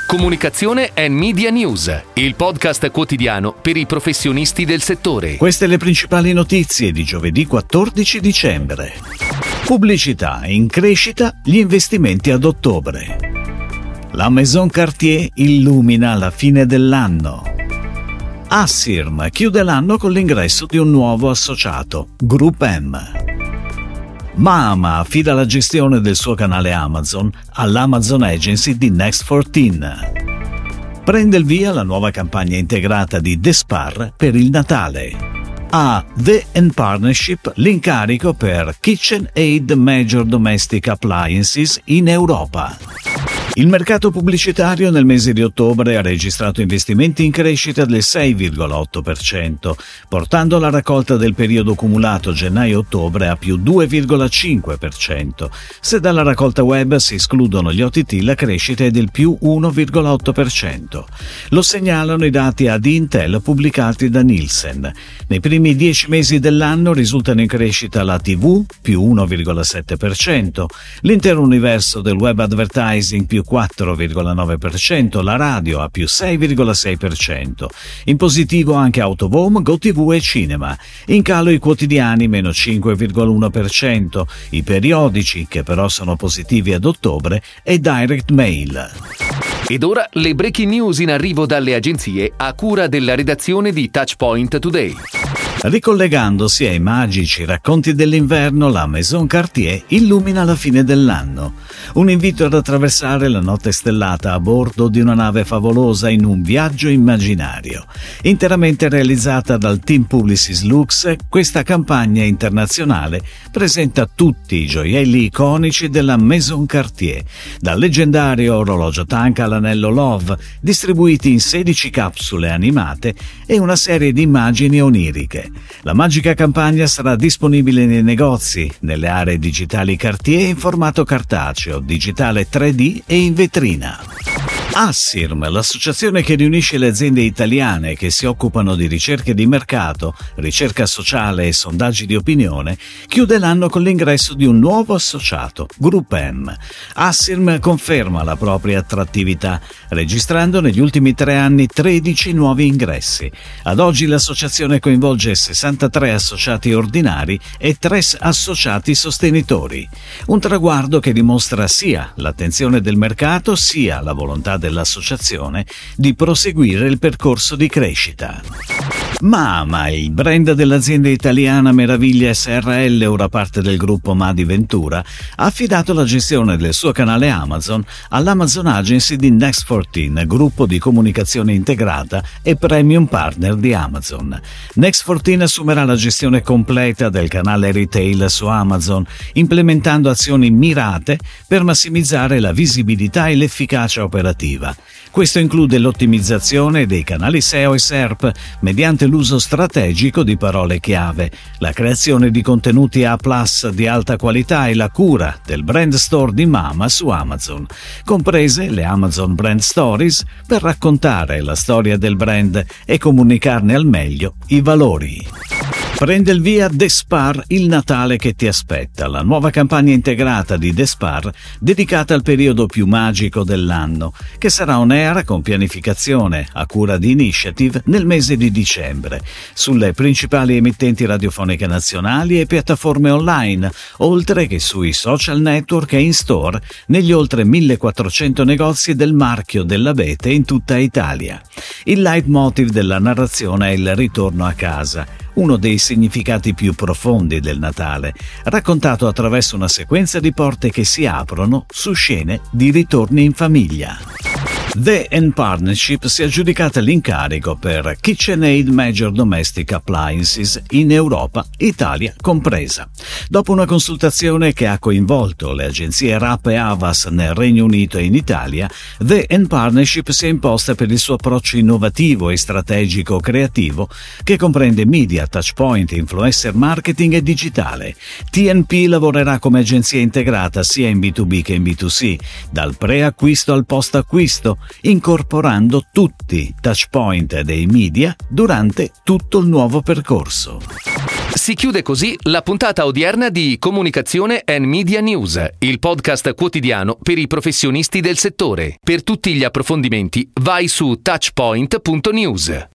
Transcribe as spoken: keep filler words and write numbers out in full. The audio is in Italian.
Comunicazione and Media News, il podcast quotidiano per i professionisti del settore. Queste le principali notizie di giovedì quattordici dicembre. Pubblicità in crescita, gli investimenti ad ottobre. La Maison Cartier illumina la fine dell'anno. Assirm chiude l'anno con l'ingresso di un nuovo associato, Group M. Mama affida la gestione del suo canale Amazon all'Amazon Agency di Next quattordici. Prende il via la nuova campagna integrata di Despar per il Natale. A The and Partnership l'incarico per KitchenAid Major Domestic Appliances in Europa. Il mercato pubblicitario nel mese di ottobre ha registrato investimenti in crescita del sei virgola otto per cento, portando la raccolta del periodo cumulato gennaio-ottobre a più due virgola cinque per cento. Se dalla raccolta web si escludono gli O T T, la crescita è del più uno virgola otto per cento. Lo segnalano i dati ad Intel pubblicati da Nielsen. Nei primi dieci mesi dell'anno risultano in crescita la T V, più uno virgola sette per cento, l'intero universo del web advertising più quattro virgola nove per cento, la radio a più sei virgola sei per cento. In positivo anche Out of Home, GoTV e cinema. In calo i quotidiani, meno cinque virgola uno per cento, i periodici, che però sono positivi ad ottobre, e Direct Mail. Ed ora le breaking news in arrivo dalle agenzie a cura della redazione di Touchpoint Today. Ricollegandosi ai magici racconti dell'inverno, la Maison Cartier illumina la fine dell'anno. Un invito ad attraversare la notte stellata a bordo di una nave favolosa in un viaggio immaginario. Interamente realizzata dal team Publicis Lux, questa campagna internazionale presenta tutti i gioielli iconici della Maison Cartier, dal leggendario orologio Tank all'anello Love, distribuiti in sedici capsule animate e una serie di immagini oniriche. La magica campagna sarà disponibile nei negozi, nelle aree digitali Cartier in formato cartaceo, digitale tre D e in vetrina. Assirm, l'associazione che riunisce le aziende italiane che si occupano di ricerche di mercato, ricerca sociale e sondaggi di opinione, chiude l'anno con l'ingresso di un nuovo associato, Group M. Assirm conferma la propria attrattività, registrando negli ultimi tre anni tredici nuovi ingressi. Ad oggi l'associazione coinvolge sessantatré associati ordinari e tre associati sostenitori. Un traguardo che dimostra sia l'attenzione del mercato sia la volontà dell'associazione di proseguire il percorso di crescita. Mama, il brand dell'azienda italiana Meraviglia S R L, ora parte del gruppo Madi Ventura, ha affidato la gestione del suo canale Amazon all'Amazon Agency di Next quattordici, gruppo di comunicazione integrata e premium partner di Amazon. Next quattordici assumerà la gestione completa del canale retail su Amazon, implementando azioni mirate per massimizzare la visibilità e l'efficacia operativa. Questo include l'ottimizzazione dei canali S E O e S E R P mediante l'uso strategico di parole chiave, la creazione di contenuti A plus di alta qualità e la cura del brand store di Mama su Amazon, comprese le Amazon Brand Stories per raccontare la storia del brand e comunicarne al meglio i valori. Prende il via Despar, il Natale che ti aspetta, la nuova campagna integrata di Despar dedicata al periodo più magico dell'anno, che sarà on air con pianificazione a cura di Initiative nel mese di dicembre, sulle principali emittenti radiofoniche nazionali e piattaforme online, oltre che sui social network e in store negli oltre millequattrocento negozi del marchio dell'Abete in tutta Italia. Il leitmotiv della narrazione è il ritorno a casa, uno dei significati più profondi del Natale, raccontato attraverso una sequenza di porte che si aprono su scene di ritorni in famiglia. The and Partnership si è aggiudicata l'incarico per KitchenAid Major Domestic Appliances in Europa, Italia compresa. Dopo una consultazione che ha coinvolto le agenzie R A P e Havas nel Regno Unito e in Italia, The and Partnership si è imposta per il suo approccio innovativo e strategico creativo che comprende media, touchpoint, influencer marketing e digitale. T and P lavorerà come agenzia integrata sia in B due B che in B due C, dal pre-acquisto al post-acquisto, incorporando tutti i touchpoint dei media durante tutto il nuovo percorso. Si chiude così la puntata odierna di Comunicazione and Media News, il podcast quotidiano per i professionisti del settore. Per tutti gli approfondimenti vai su touchpoint punto news.